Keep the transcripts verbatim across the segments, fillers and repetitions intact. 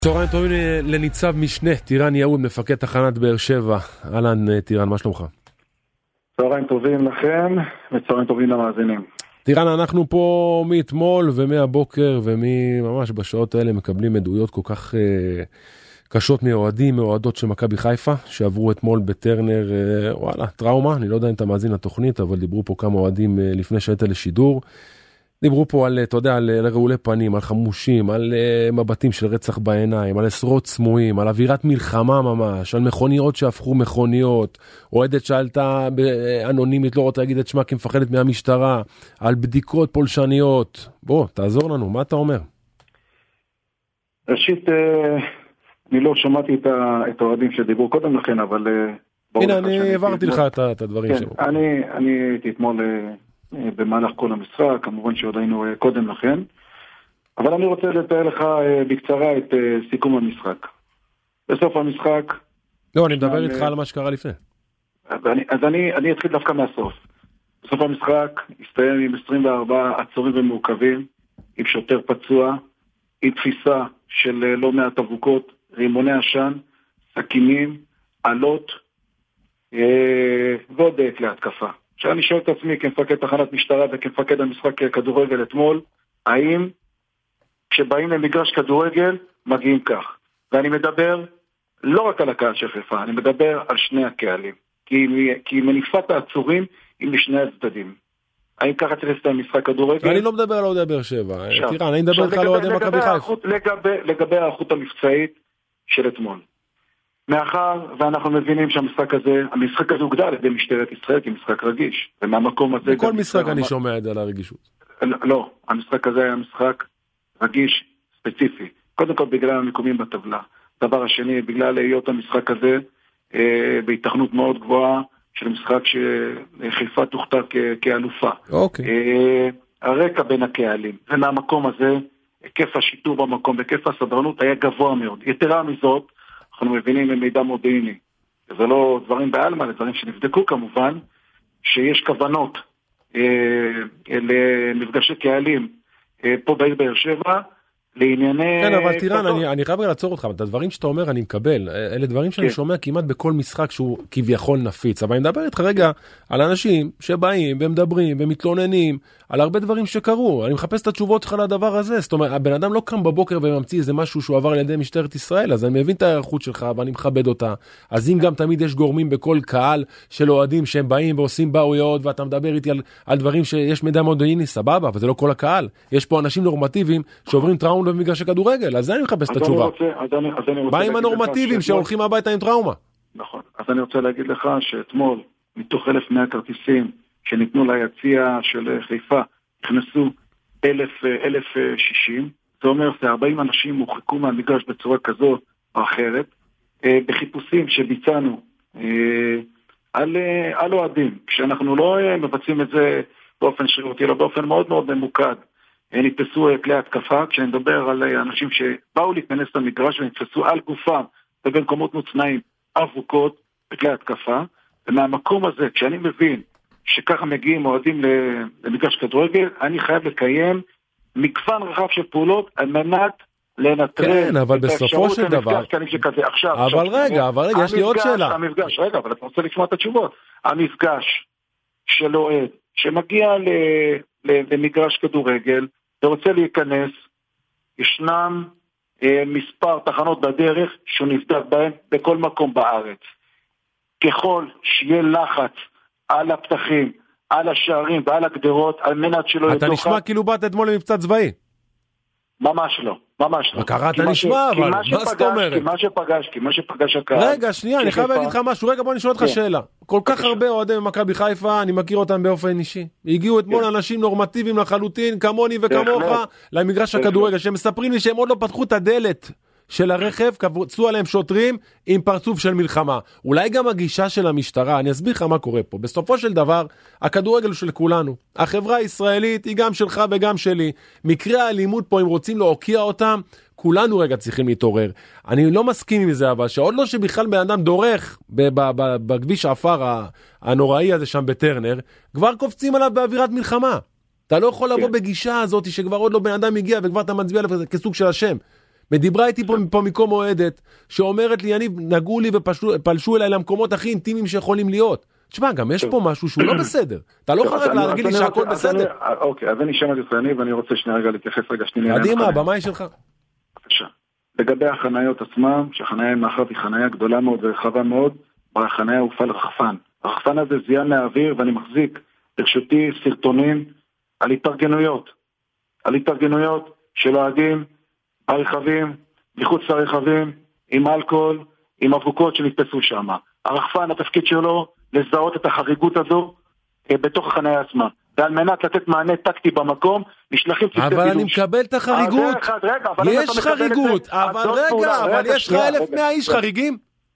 צהריים טובים לניצב משנה טירן יהוד, מפקד תחנת באר שבע. אהלן טירן, מה שלומך? צהריים טובים לכם וצהריים טובים למאזינים. טירן, אנחנו פה מאתמול ומהבוקר וממש בשעות האלה מקבלים עדויות כל כך אה, קשות מאוהדים, מאוהדות של מכבי חיפה, שעברו אתמול בטרנר, אה, וואלה, טראומה. אני לא יודע אם אתה מאזין לתוכנית, אבל דיברו פה כמה אוהדים אה, לפני שהיית לשידור. דיברו פה על, אתה יודע, על, על רעולי פנים, על חמושים, על uh, מבטים של רצח בעיניים, על עשרות סמויים, על אווירת מלחמה ממש, על מכוניות שהפכו מכוניות, אוהדת שאלתה אנונימית, לא רוצה להגיד את שמה כי מפחדת מהמשטרה, על בדיקות פולשניות. בוא, תעזור לנו, מה אתה אומר? ראשית, אני לא שמעתי את האוהדים שדיברו קודם לכן, אבל... הנה, אני העברתי לך את הדברים שלו. אני הייתי אתמול... במהלך כל המשחק, כמובן שעוד היינו קודם לכן, אבל אני רוצה לתאר לך בקצרה את סיכום המשחק. בסוף המשחק... לא, אני מדבר איתך על מה שקרה לפני. אז אני, אני אתחיל דווקא מהסוף. בסוף המשחק הסתיים עם עשרים וארבעה עצורים ומעוכבים, עם שוטר פצוע, עם תפיסה של לא מעט אבוקות, רימוני עשן, סכינים, עלות, ועוד כלי התקפה. שאני שואל את עצמי כמפקד תחנת משטרה וכמפקד המשחק כדורגל אתמול, האם כשבאים למגרש כדורגל מגיעים כך? ואני מדבר לא רק על הקהל של חיפה, אני מדבר על שני הקהלים. כי, כי מניפת העצורים היא משני הצדדים. האם ככה צריך לעשות משחק כדורגל? אני לא מדבר על אוהדי באר שבע. תראה, אני מדבר איתך על אוהדי מכבי חיפה. לגבי האיכות המבצעית של אתמול. מאחר ואנחנו מבינים שהמשחק הזה, המשחק הזה הוגדר על ידי משטרת ישראל כמשחק רגיש, ומהמקום הזה... בכל משחק אני שומע את זה על הרגישות. לא, המשחק הזה היה משחק רגיש ספציפי. קודם כל בגלל המקומים בטבלה. דבר השני, בגלל להיות המשחק הזה בהתכנות מאוד גבוהה של משחק שחיפה תוכתר כאלופה. אוקיי. הרקע בין הקהלים, ומהמקום הזה, היקף השיטור במקום, היקף הסדרנות היה גבוה מאוד. יתרה מזאת, אנחנו מבינים ממידע מודיעיני. זה לא דברים בעלמא, זה דברים שנבדקו כמובן, שיש כוונות אה, למפגשי קהלים אה, פה בעיר באר שבע, לענייני... כן, אבל תירן, אני, אני חייב לעצור אותך, את הדברים שאתה אומר אני מקבל, אלה דברים שאני כן. שומע כמעט בכל משחק שהוא כביכול נפיץ, אבל אני מדבר איתך רגע על אנשים שבאים ומדברים ומתלוננים על הרבה דברים שקרו, אני מחפש את התשובות שלך לדבר הזה, זאת אומרת, הבן אדם לא קם בבוקר וממציא איזה משהו שהוא עבר על ידי משטרת ישראל, אז אני מבין את הערכות שלך ואני מכבד אותה, אז אם גם תמיד יש גורמים בכל קהל של אוהדים שהם באים ועושים באויות, ואתה מדבר איתי על, על דברים שיש מידע מודיעיני, סבבה, אבל זה לא כל הקהל, יש פה אנשים נורמטיביים שעוברים טראומה במגרש הכדורגל, אז אני מחפש את התשובה. מה עם הנורמטיביים שהולכים הביתה עם טראומה? נכון, אז אני רוצה להגיד לך שאתמול, מתוך אלף מאה כרטיסים שניתנו ליציע של חיפה, נכנסו אלף שישים, זה אומר ש-ארבעים אנשים מורחקו מהמגרש בצורה כזו או אחרת, בחיפושים שביצענו על, על אוהדים, כשאנחנו לא מבצעים את זה באופן שרירותי, אלא באופן מאוד מאוד ממוקד. נתפסו כלי התקפה, כשאני מדבר על אנשים שבאו להתכנס למגרש ונתפסו על גופם ובמקומות מוצנעים אבוקות בכלי התקפה, ומהמקום הזה, כשאני מבין שככה מגיעים אוהדים למגרש כדורגל, אני חייב לקיים מגוון רחב של פעולות על מנת לנטרל כן, אבל בסופו של דבר... עכשיו, אבל עכשיו, רגע, אבל רגע, יש לי עוד שאלה. המפגש, רגע, אבל אתה רוצה לשמוע את התשובות. המפגש של אוהד שמגיע ל... למגרש כדורגל, ורוצה להיכנס, ישנם אה, מספר תחנות בדרך שהוא נבדק בהן בכל מקום בארץ. ככל שיהיה לחץ על הפתחים, על השערים ועל הגדרות, על מנת שלא ידוחת... אתה נשמע כאילו באת אתמול למבצע צבאי. ממש לא, ממש לא. אתה נשמע, אבל מה זאת אומרת? כי מה שפגש, כי מה שפגש הקהל... רגע, שנייה, אני חייב להגיד לך משהו, רגע בוא נשאל אותך שאלה. כל כך הרבה אוהדים במכבי חיפה, אני מכיר אותם באופן אישי. הגיעו אתמול אנשים נורמטיביים לחלוטין, כמוני וכמוך, למגרש הכדורגל, שהם מספרים לי שהם עוד לא פתחו את הדלת של הרכב, קבצו עליהם שוטרים עם פרצוף של מלחמה. אולי גם הגישה של המשטרה, אני אסביר לך מה קורה פה. בסופו של דבר, הכדורגל הוא של כולנו. החברה הישראלית היא גם שלך וגם שלי. מקרי האלימות פה, אם רוצים להוקיע אותם, כולנו רגע צריכים להתעורר. אני לא מסכים עם זה, אבל שעוד לא שבכלל בן אדם דורך בכביש האפר הנוראי הזה שם בטרנר, כבר קופצים עליו באווירת מלחמה. אתה לא יכול לבוא בגישה הזאת שכבר עוד לא בן אדם הגיע וכבר אתה מצביע עליו כסוג של השם. ודיברה איתי פה, פה מקום אוהדת, שאומרת לי, אני נגעו לי ופלשו אליי למקומות הכי אינטימיים שיכולים להיות. תשמע, גם יש פה משהו שהוא לא בסדר. אתה לא יכול להגיד לי שהכל בסדר. אוקיי, אז אני שמעתי אותך, ואני רוצה שנייה רגע להתייחס רגע שנייה. קדימה, הבמה היא שלך. בבקשה. לגבי החניות עצמם, שהחניה מאחר היא חניה גדולה מאוד ורחבה מאוד, החניה הופעל רחפן. הרחפן הזה זיין מהאוויר, ואני מחזיק ברשותי סרטונים על התארגנויות. על התארגנויות של אוהדים ברכבים, מחוץ לרכבים, עם אלכוהול, עם אבוקות שנתפסו שם. הרחפן, התפקיד שלו, לזהות את החריגות הזו בתוך החניה עצמה. ועל מנת לתת מענה טקטי במקום, נשלחים צוותי בילוש. אבל אני מקבל את החריגות. יש חריגות, אבל רגע, אבל יש לך אלף מאה איש חריגים?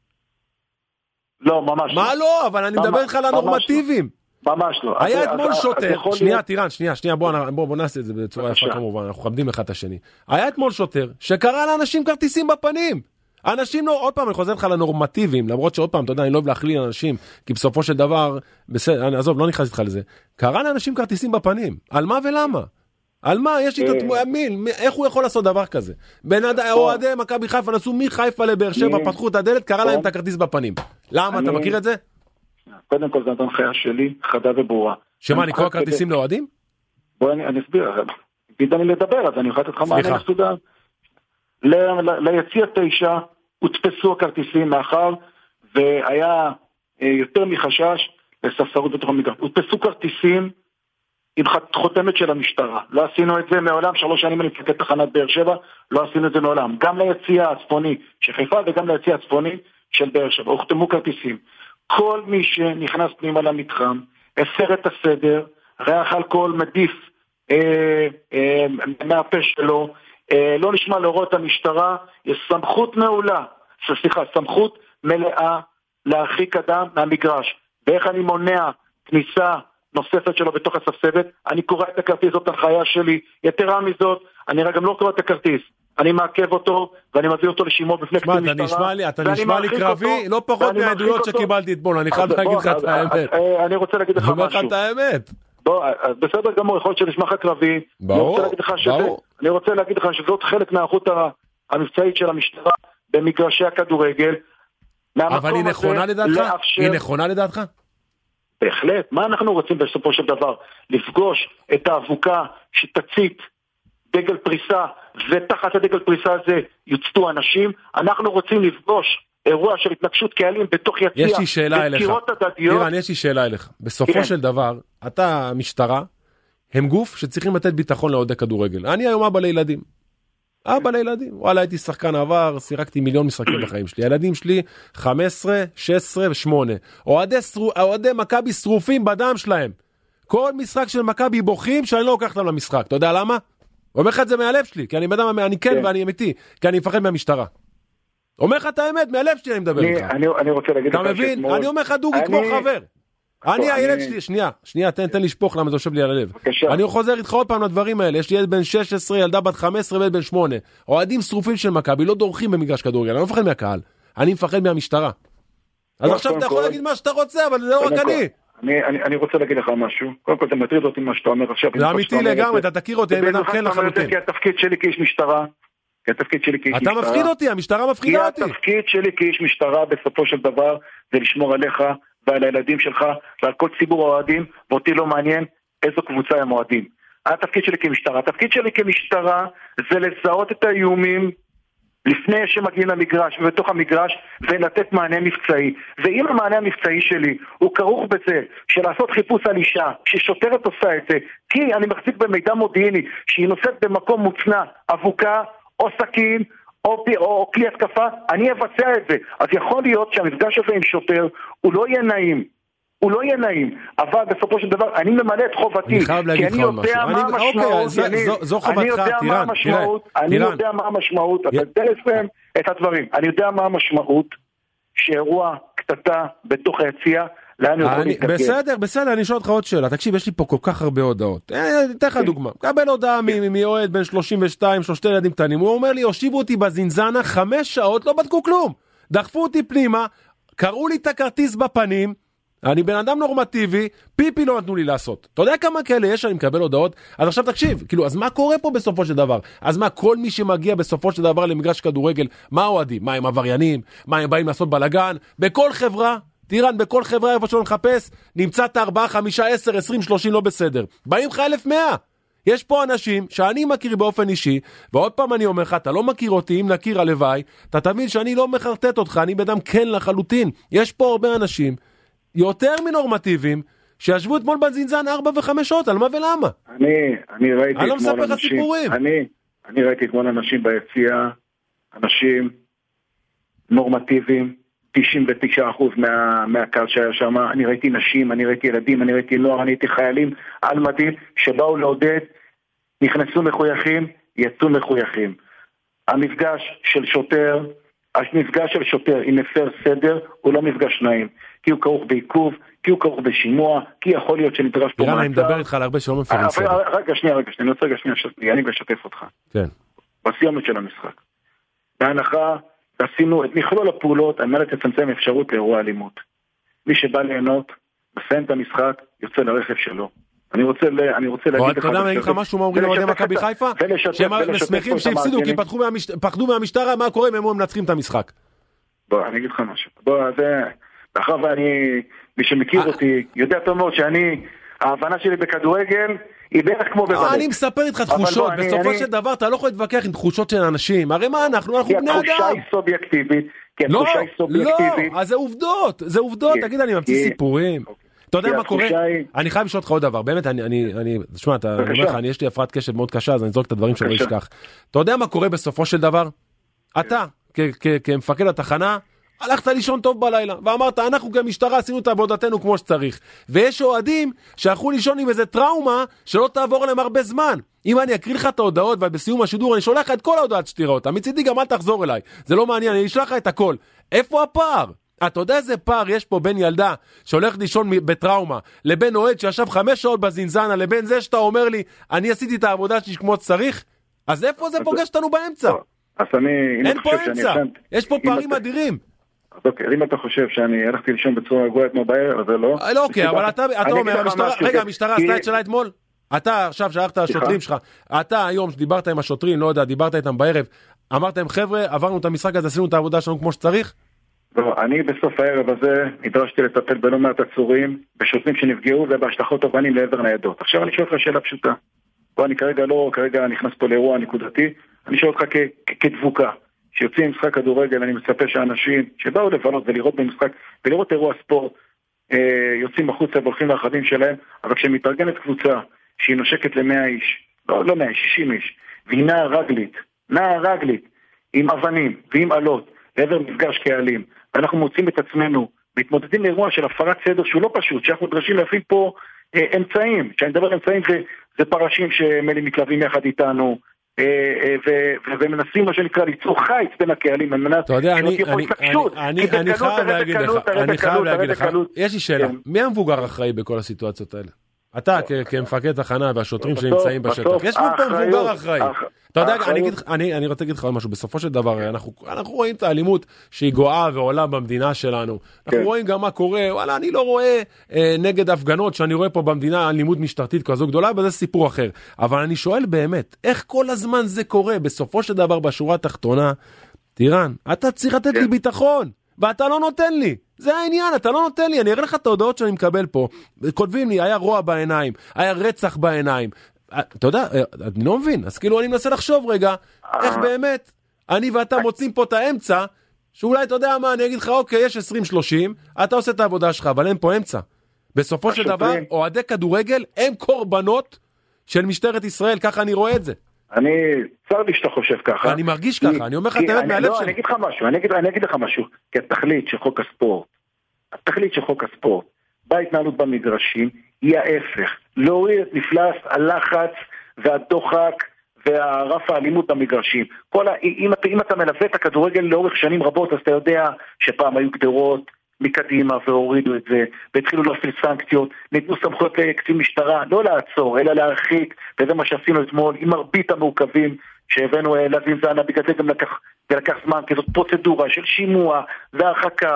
לא, ממש לא. מה לא? אבל אני מדבר לך על הנורמטיביים. ממש לא. היה אתמול שוטר, שנייה, תירן, שנייה, שנייה, בוא נעשה את זה בצורה יפה כמובן, אנחנו חמדים אחד את השני. היה אתמול שוטר, שקרא לאנשים כרטיסים בפנים. אנשים לא, עוד פעם, אני חוזר לך לנורמטיביים, למרות שעוד פעם, אתה יודע, אני לא אוהב להכליל אנשים, כי בסופו של דבר, בסדר, אני, עזוב, לא נכנס איתך לזה. קרא לאנשים כרטיסים בפנים. על מה ולמה? על מה? יש לי את התמוין, איך הוא יכול לעשות דבר כזה? בין אוהדי מכבי חיפה נסעו מחיפה לבאר שבע, פתחו את הדלת, קרא להם את הכרטיס בפנים. למה? אתה מכיר את זה? קודם כל, זאת הנחיה שלי, חדה וברורה. שמה, אני קורא כרטיסים לאוהדים? בוא, אני אסביר. תדע לי לדבר, אז אני אוכל לתת לך מענה מסודר. ליציע תשע הודפסו הכרטיסים מאחר, והיה יותר מחשש לספסרות בתוך המגרש. הודפסו כרטיסים עם חותמת של המשטרה. לא עשינו את זה מעולם, שלוש שנים אני מפקד תחנת באר שבע, לא עשינו את זה מעולם. גם ליציע הצפוני של חיפה וגם ליציע הצפוני של באר שבע. הוחתמו כרטיסים. כל מי שנכנס פנימה למתחם, הפר את הסדר, ריח אלכוהול מדיף אה, אה, מהפה שלו, אה, לא נשמע להוראות המשטרה, יש סמכות מעולה, סליחה, סמכות מלאה להרחיק אדם מהמגרש. ואיך אני מונע כניסה נוספת שלו בתוך הספסבת? אני קורא את הכרטיס, זאת הנחיה שלי. יתרה מזאת, אני גם לא קורא את הכרטיס. אני מעכב אותו, ואני מביא אותו לשימוע בפני קצין משטרה. אתה נשמע לי, אתה נשמע לי קרבי, לא פחות מהעדויות שקיבלתי אתמול, אני חייב להגיד לך את האמת. אני רוצה להגיד לך משהו. אני אומר לך את האמת. בוא, בסדר גמור, יכול להיות שנשמע לך קרבי. ברור, ברור. אני רוצה להגיד לך שזאת חלק מהאיכות המבצעית של המשטרה במגרשי הכדורגל. אבל היא נכונה לדעתך? היא נכונה לדעתך? בהחלט. מה אנחנו רוצים בסופו של דבר? לפגוש את האבוקה שתצית דגל פריסה, ותחת הדגל פריסה הזה יוצטו אנשים. אנחנו רוצים לפגוש אירוע של התנגשות קהלים בתוך יציע. יש לי שאלה אליך. תראה, יש לי שאלה אליך. בסופו כן. של דבר, אתה משטרה, הם גוף שצריכים לתת ביטחון לאוהדי כדורגל. אני היום אבא לילדים. אבא לילדים. וואלה, הייתי שחקן עבר, שיחקתי מיליון משחקים בחיים שלי. הילדים שלי חמש עשרה, שש עשרה ושמונה. אוהדי, אוהדי מכבי שרופים בדם שלהם. כל משחק של מכבי בוכים שאני לא לוקח להם למשחק. אתה יודע למה? אומר לך את זה מהלב שלי, כי אני בדם, אני כן ואני אמיתי, כי אני מפחד מהמשטרה. אומר לך את האמת, מהלב שלי אני מדבר איתך. אני רוצה להגיד לך אתה מבין? אני אומר לך דוגי כמו חבר. אני, הילד שלי, שנייה, שנייה, תן לי לשפוך למה זה יושב לי על הלב. אני חוזר איתך עוד פעם לדברים האלה, יש לי ילד בן שש עשרה, ילדה בת חמש עשרה וילד בן שמונה. אוהדים שרופים של מכבי, לא דורכים במגרש כדורגל, אני לא מפחד מהקהל, אני מפחד מהמשטרה. אז עכשיו אתה יכול להגיד מה שאתה רוצה, אבל זה לא רק אני. אני, אני, אני רוצה להגיד לך משהו. קודם כל, זה מטריד אותי מה שאתה אומר עכשיו. זה אמיתי לגמרי, אתה תכיר אותי, אני אדם כן לחלוטין. כי התפקיד שלי כאיש משטרה, כי התפקיד שלי כאיש משטרה. אתה מפחיד אותי, המשטרה מפחידה אותי. כי התפקיד שלי כאיש משטרה, בסופו של דבר, זה לשמור עליך ועל הילדים שלך, ועל כל ציבור האוהדים, ואותי לא מעניין איזו קבוצה הם אוהדים. התפקיד שלי כמשטרה. התפקיד שלי כמשטרה, זה לזהות את האיומים, לפני שמגיעים למגרש ובתוך המגרש ולתת מענה מבצעי. ואם המענה המבצעי שלי הוא כרוך בזה של לעשות חיפוש על אישה ששוטרת עושה את זה, כי אני מחזיק במידע מודיעיני שהיא נושאת במקום מוצנע אבוקה או סכין או, או, או כלי התקפה, אני אבצע את זה. אז יכול להיות שהמפגש הזה עם שוטר הוא לא יהיה נעים, הוא לא יהיה נעים, אבל בסופו של דבר אני ממלא את חובתי, כי אני יודע מה המשמעות, אני יודע מה המשמעות, אני יודע מה המשמעות, אתה יודע לסיים את הדברים, אני יודע מה המשמעות שאירוע קטטה בתוך היציאה, לאן הוא יכול להתקדם. בסדר, בסדר, אני אשאל אותך עוד שאלה, תקשיב, יש לי פה כל כך הרבה הודעות, אתן לך דוגמה, קבל הודעה מאוהד בן שלושים ושתיים, שלושת ילדים קטנים, הוא אומר לי, הושיבו אותי בזינזנה חמש שעות, לא בדקו כלום, דחפו אותי פנימה, קראו לי את הכרטיס בפנים, אני בן אדם נורמטיבי, פיפי לא נתנו לי לעשות. אתה יודע כמה כאלה יש, אני מקבל הודעות? אז עכשיו תקשיב, כאילו, אז מה קורה פה בסופו של דבר? אז מה, כל מי שמגיע בסופו של דבר למגרש כדורגל, מה אוהדים? מה הם עבריינים? מה הם באים לעשות בלגן? בכל חברה, טירן, בכל חברה איפה שלא נחפש, נמצא את ארבע, חמישה, עשר, עשרים, שלושים לא בסדר. באים לך אלף מאה. יש פה אנשים שאני מכיר באופן אישי, ועוד פעם אני אומר לך, אתה לא מכיר אותי, אם נכיר הלוואי, אתה תבין שאני לא מחרטט אותך, אני בדם כן לחלוטין. יש פה הרבה אנשים, יותר מנורמטיביים, שישבו אתמול בזינזן ארבע וחמש שעות, על מה ולמה? אני, אני ראיתי אני לא מספר לך סיפורים. אני, אני ראיתי אתמול אנשים ביציאה, אנשים נורמטיביים, תשעים ותשעה אחוז מה, מהקהל שהיה שם, אני ראיתי נשים, אני ראיתי ילדים, אני ראיתי נוער, אני ראיתי חיילים על מדים שבאו לעודד, נכנסו מחויכים, יצאו מחויכים. המפגש של שוטר, המפגש של שוטר עם מפר סדר הוא לא מפגש נעים, כי הוא כרוך בעיכוב, כי הוא כרוך בשימוע, כי יכול להיות שנדרש פה מעצר. אני מדבר איתך על הרבה שלא מפרים סדר. רגע, שנייה, רגע, שנייה, אני רוצה רגע, שנייה, אני משתף אותך. כן. בסיומת של המשחק. בהנחה, עשינו את מכלול הפעולות על מנת לצמצם אפשרות לאירוע אלימות. מי שבא ליהנות, מסיים את המשחק, יוצא לרכב שלו. אני רוצה, אני רוצה להגיד לך... אתה יודע, אני אגיד לך משהו, מה אומרים לאוהדי מכבי חיפה? שהם שמחים שהפסידו, כי פחדו מהמשטרה, מה קורה אם הם מנצחים את המשחק? בוא, אני אגיד לך משהו. בוא, זה... מאחר ואני, מי שמכיר אותי, יודע טוב מאוד שאני, ההבנה שלי בכדורגל, היא בערך כמו בבלט. אני מספר איתך תחושות, בסופו של דבר אתה לא יכול להתווכח עם תחושות של אנשים, הרי מה אנחנו, אנחנו בני אדם. כי התחושה היא סובייקטיבית, כי התחושה היא סובייקטיבית. לא, אז זה עובדות, זה עובדות, תגיד, אני ממציא סיפורים. אתה יודע מה קורה? אני חייב לשאול אותך עוד דבר, באמת, אני, תשמע, אתה אומר לך, יש לי הפרעת קשב מאוד קשה, אז אני זורק את הדברים שלא אשכח. אתה יודע מה קורה בסופו של דבר? אתה, כמפקד התחנה, הלכת לישון טוב בלילה, ואמרת, אנחנו כמשטרה עשינו את עבודתנו כמו שצריך. ויש אוהדים שהלכו לישון עם איזה טראומה שלא תעבור להם הרבה זמן. אם אני אקריא לך את ההודעות, ובסיום השידור אני שולח לך את כל ההודעות שתראה אותה. מצידי גם אל תחזור אליי. זה לא מעניין, אני אשלח לך את הכל. איפה הפער? אתה יודע איזה פער יש פה בין ילדה שהולכת לישון בטראומה, לבין אוהד שישב חמש שעות בזינזנה, לבין זה שאתה אומר לי, אני עשיתי את העבודה שלי כמו שצריך? אז איפה זה פוגש אותנו באמצע? אז אני, אין פה אמצע. יש פה פערים אדירים. אז אוקיי, אם אתה חושב שאני הלכתי לישון בצורה רגועה אתמול בערב, אז זה לא. לא, אוקיי, אבל אתה אומר, רגע, המשטרה עשתה את שלה אתמול? אתה עכשיו שלחת לשוטרים שלך, אתה היום שדיברת עם השוטרים, לא יודע, דיברת איתם בערב, אמרתם, חבר'ה, עברנו את המשחק הזה, עשינו את העבודה שלנו כמו שצריך? לא, אני בסוף הערב הזה נדרשתי לטפל בלא מעט עצורים, בשוטרים שנפגעו ובהשלכות אבנים לעבר ניידות. עכשיו אני שואל לך שאלה פשוטה. בוא, אני כרגע לא, כרגע נכנס פה לאירוע נקודתי, אני שואל אותך כדבוקה. שיוצאים משחק כדורגל, אני מצפה שאנשים שבאו לבלות ולראות במשחק, ולראות אירוע ספורט, יוצאים החוצה והולכים לאחדים שלהם, אבל כשמתארגנת קבוצה שהיא נושקת למאה איש, לא, לא מאה, שישים איש, והיא נעה רגלית, נעה רגלית, עם אבנים ועם עלות, לעבר מפגש קהלים, ואנחנו מוצאים את עצמנו, מתמודדים לאירוע של הפרת סדר שהוא לא פשוט, שאנחנו דרשים להפעיל פה אה, אמצעים, שאני מדבר אמצעים זה, זה פרשים שמלי מתלווים יחד איתנו, ומנסים מה שנקרא ליצור חיץ בין הקהלים על מנת שלא תהיה פה התנגשות. אני חייב להגיד לך, אני חייב להגיד לך, יש לי שאלה, מי המבוגר אחראי בכל הסיטואציות האלה? אתה כמפקד תחנה והשוטרים שנמצאים בשטח, יש פה מבוגר אחראי. אתה יודע, אני רוצה להגיד לך משהו, בסופו של דבר אנחנו רואים את האלימות שהיא גואה ועולה במדינה שלנו, אנחנו רואים גם מה קורה, וואלה, אני לא רואה נגד הפגנות שאני רואה פה במדינה אלימות משטרתית כזו גדולה, וזה סיפור אחר, אבל אני שואל באמת, איך כל הזמן זה קורה? בסופו של דבר בשורה התחתונה, טירן, אתה צריך לתת לי ביטחון, ואתה לא נותן לי. זה העניין, אתה לא נותן לי, אני אראה לך את ההודעות שאני מקבל פה, כותבים לי, היה רוע בעיניים, היה רצח בעיניים, אתה יודע, אני לא מבין, אז כאילו אני מנסה לחשוב רגע, איך באמת, אני ואתה מוצאים פה את האמצע, שאולי אתה יודע מה, אני אגיד לך, אוקיי, יש עשרים שלושים, אתה עושה את העבודה שלך, אבל אין פה אמצע. בסופו של דבר, אוהדי כדורגל, הם קורבנות של משטרת ישראל, ככה אני רואה את זה. אני, צר לי שאתה חושב ככה. אני מרגיש ככה, אני אומר לך את האמת מהלב שלי. אני אגיד לך משהו, אני אגיד, אני אגיד לך משהו, כי התכלית של חוק הספורט, התכלית של חוק הספורט, בהתנהלות במגרשים, היא ההפך. להוריד את מפלס הלחץ והדוחק והרף האלימות במגרשים. כל ה... אם, אתה, אם אתה מלווה את הכדורגל לאורך שנים רבות, אז אתה יודע שפעם היו גדרות מקדימה והורידו את זה, והתחילו להפעיל סנקציות, ניתנו סמכויות לקצין משטרה, לא לעצור, אלא להרחיק, וזה מה שעשינו אתמול, עם מרבית המעוכבים שהבאנו לזינזנה, בגלל זה גם לקח, לקח זמן, כי זאת פרוצדורה של שימוע והרחקה,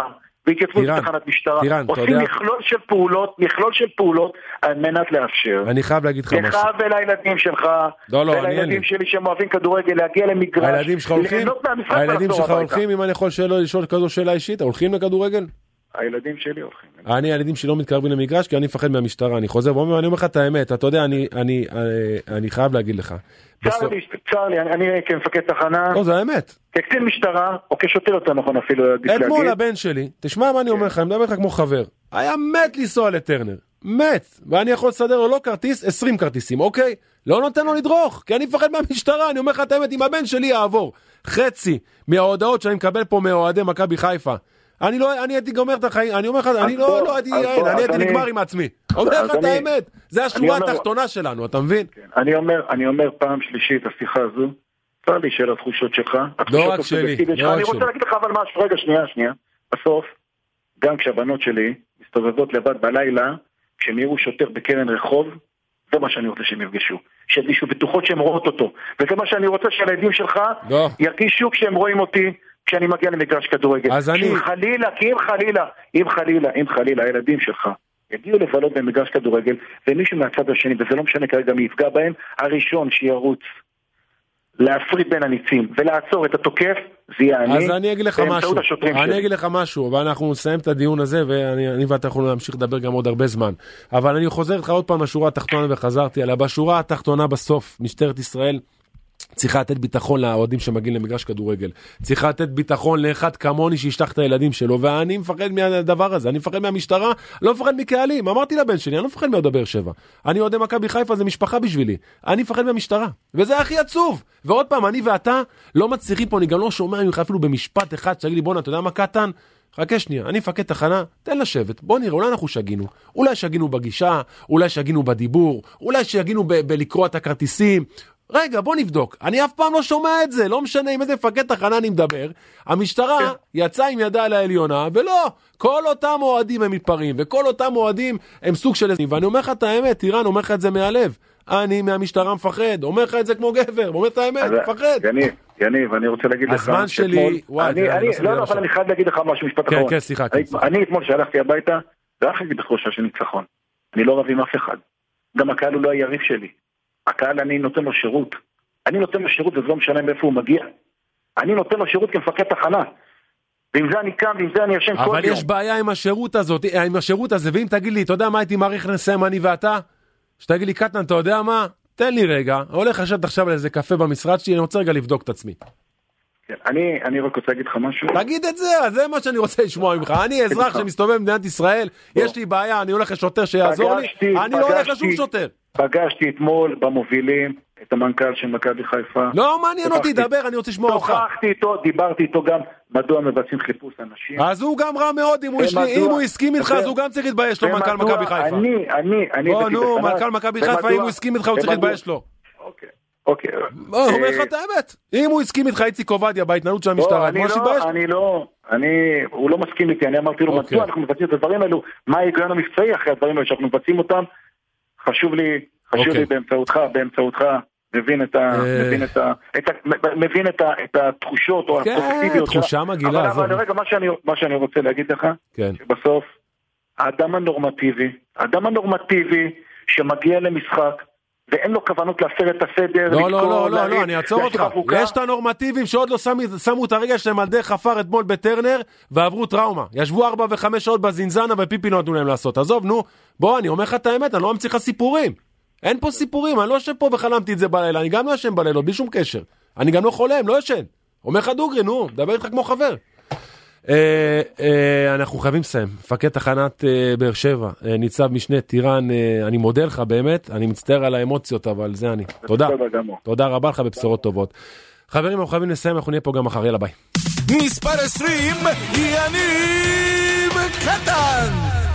והתייצבות בתחנת משטרה, עושים מכלול של פעולות, מכלול של פעולות על מנת לאפשר. אני חייב להגיד לך משהו. לך ולילדים שלך, ולילדים שלי שהם אוהבים כדורגל, להגיע למגרש, הילדים שלך הולכים? הילדים שלך הולכים, אם אני יכול לשאול כזו שאלה אישית, הולכים לכדורגל? הילדים שלי הולכים. אני, הילדים שלי לא מתקרבים למגרש, כי אני מפחד מהמשטרה. אני חוזר ואומר, אני אומר לך את האמת, אתה יודע, אני, אני, אני חייב להגיד לך. צר לי, צר לי, אני כמפקד תחנה. לא, זה האמת. כקצין משטרה, או כשוטר יותר נכון אפילו. אתמול הבן שלי, תשמע מה אני אומר לך, אני מדבר לך כמו חבר. היה מת לנסוע לטרנר. מת. ואני יכול לסדר לו לא כרטיס, עשרים כרטיסים, אוקיי? לא נותן לו לדרוך, כי אני מפחד מהמשטרה. אני אומר לך את האמת, אם הבן שלי יעבור חצי מההודעות שאני מקבל פה מאוהדי מכבי חיפה, אני לא, אני הייתי גומר את החיים, אני אומר לך, אני לא, לא הייתי, אני הייתי נגמר עם עצמי. אומר לך את האמת, זה השורה התחתונה שלנו, אתה מבין? אני אומר, אני אומר פעם שלישית, השיחה הזו, צר לי של התחושות שלך, לא רק שלי, אני רוצה להגיד לך אבל משהו, רגע, שנייה, שנייה, בסוף, גם כשהבנות שלי מסתובבות לבד בלילה, כשהם יראו שוטר בקרן רחוב, זה מה שאני רוצה שהם יפגשו, שירגישו בטוחות שהם רואות אותו, וזה מה שאני רוצה שהילדים שלך ירגישו כשהם רואים אותי, כשאני מגיע למגרש כדורגל. אז אני... אם חלילה, כי אם חלילה, אם חלילה, אם חלילה, הילדים שלך יגיעו לבלות במגרש כדורגל, ומישהו מהצד השני, וזה לא משנה כרגע מי יפגע בהם, הראשון שירוץ להפריד בין הניצים ולעצור את התוקף, זה יהיה אני. אז אני אגיד לך משהו, אני אגיד לך משהו, ואנחנו נסיים את הדיון הזה, ואני ואתה יכולים להמשיך לדבר גם עוד הרבה זמן. אבל אני חוזר לך עוד פעם לשורה התחתונה, וחזרתי עליה. בשורה התחתונה בסוף, משטרת ישראל צריכה לתת ביטחון לאוהדים שמגיעים למגרש כדורגל. צריכה לתת ביטחון לאחד כמוני שישתח את הילדים שלו, ואני מפחד מהדבר הזה. אני מפחד מהמשטרה, לא מפחד מקהלים. אמרתי לבן שלי, אני לא מפחד מאוהדי באר שבע. אני אוהדי מכבי חיפה, זה משפחה בשבילי. אני מפחד מהמשטרה. וזה הכי עצוב. ועוד פעם, אני ואתה לא מצליחים פה, אני גם לא שומע ממך אפילו במשפט אחד, שתגיד לי, בוא, אתה יודע מה קטן? חכה שנייה, אני מפקד תחנה, תן לשבת, בוא נראה, אולי אנחנו שגינו, אולי שגינו בגישה, אולי שגינו בדיבור, אולי שגינו ב- בלקרוא את הכרטיסים. רגע, בוא נבדוק. אני אף פעם לא שומע את זה, לא משנה עם איזה מפקד תחנה אני מדבר. המשטרה יצאה עם ידה על העליונה, ולא, כל אותם אוהדים הם מתפרעים, וכל אותם אוהדים הם סוג של... ואני אומר לך את האמת, טירן, אומר לך את זה מהלב. אני מהמשטרה מפחד, אומר לך את זה כמו גבר, אומר את האמת, מפחד. יניב, יניב, אני רוצה להגיד לך... הזמן שלי... לא, לא, אבל אני חייב להגיד לך משהו, משפט אחרון. כן, כן, סליחה. אני אתמול שהלכתי הביתה, זה אחרי בתחושה של ניצחון. אני לא רב עם אף אחד. גם הקהל הוא לא היריב שלי. הקהל אני נותן לו שירות. אני נותן לו שירות וזה לא משנה מאיפה הוא מגיע. אני נותן לו שירות כמפקד תחנה. ועם זה אני קם, ועם זה אני ישן כל יום. אבל יש בעיה עם השירות הזאת, עם השירות הזה, ואם תגיד לי, אתה יודע מה הייתי מעריך לסיים אני ואתה? שתגיד לי, קטן, אתה יודע מה? תן לי רגע, הולך לשבת עכשיו על איזה קפה במשרד שלי, אני רוצה רגע לבדוק את עצמי. אני, אני רק רוצה להגיד לך משהו. תגיד את זה, זה מה שאני רוצה לשמוע ממך. אני אזרח שמסתובב במדינת ישראל, יש לי בעיה, אני הולך לשוטר שיעזור לי, אני לא הולך לשום שוטר. פגשתי אתמול במובילים את המנכ"ל של מכבי חיפה. לא מעניין אותי, דבר, אני רוצה לשמוע אותך. שוחחתי איתו, דיברתי איתו גם מדוע מבצעים חיפוש אנשים. אז הוא גם רע מאוד, אם הוא הסכים איתך, אז הוא גם צריך להתבייש לו, מנכ"ל מכבי חיפה. אני, אני, אני... בוא, נו, מנכ"ל מכבי חיפה, אם הוא הסכים איתך, הוא צריך להתבייש לו. אוקיי. אוקיי. הוא אומר לך את האמת. אם הוא הסכים איתך, איציק עובדיה, בהתנהלות של המשטרה, אני לא, אני, הוא לא מסכים איתי, אני אמרתי לו, מדוע אנחנו מבצעים את הדברים האלו, מה ההיגיון המבצעי אחרי הדברים האלו שאנחנו מבצעים אותם, חשוב לי, חשוב לי באמצעותך, באמצעותך, מבין את ה, מבין את ה, מבין את התחושות או הפרוסטיביות. תחושה מגעילה. אבל רגע, מה שאני רוצה להגיד לך, שבסוף, האדם הנורמטיבי, האדם הנורמטיבי שמגיע למשחק, ואין לו כוונות להפר את הסדר. לא, לא, לא, לא, לא, אני אעצור אותך. יש את הנורמטיביים שעוד לא שמו את הרגע שלהם על דרך חפר אתמול בטרנר, ועברו טראומה. ישבו ארבע וחמש שעות בזינזנה, ופיפי לא נתנו להם לעשות. עזוב, נו, בוא, אני אומר לך את האמת, אני לא אמציא לך סיפורים. אין פה סיפורים, אני לא יושב פה וחלמתי את זה בלילה, אני גם לא ישן בלילות, בלי שום קשר. אני גם לא חולם, לא ישן. אומר לך דוגרי, נו, דבר איתך כמו חבר. אה, אה, אנחנו חייבים לסיים. מפקד תחנת אה, באר שבע, אה, ניצב משנה טירן, אה, אני מודה לך באמת, אני מצטער על האמוציות, אבל זה אני. תודה. תודה רבה לך בבשורות טובות. חברים, אנחנו חייבים לסיים, אנחנו נהיה פה גם מחר, יאללה ביי. מספר עשרים, יניב קטן.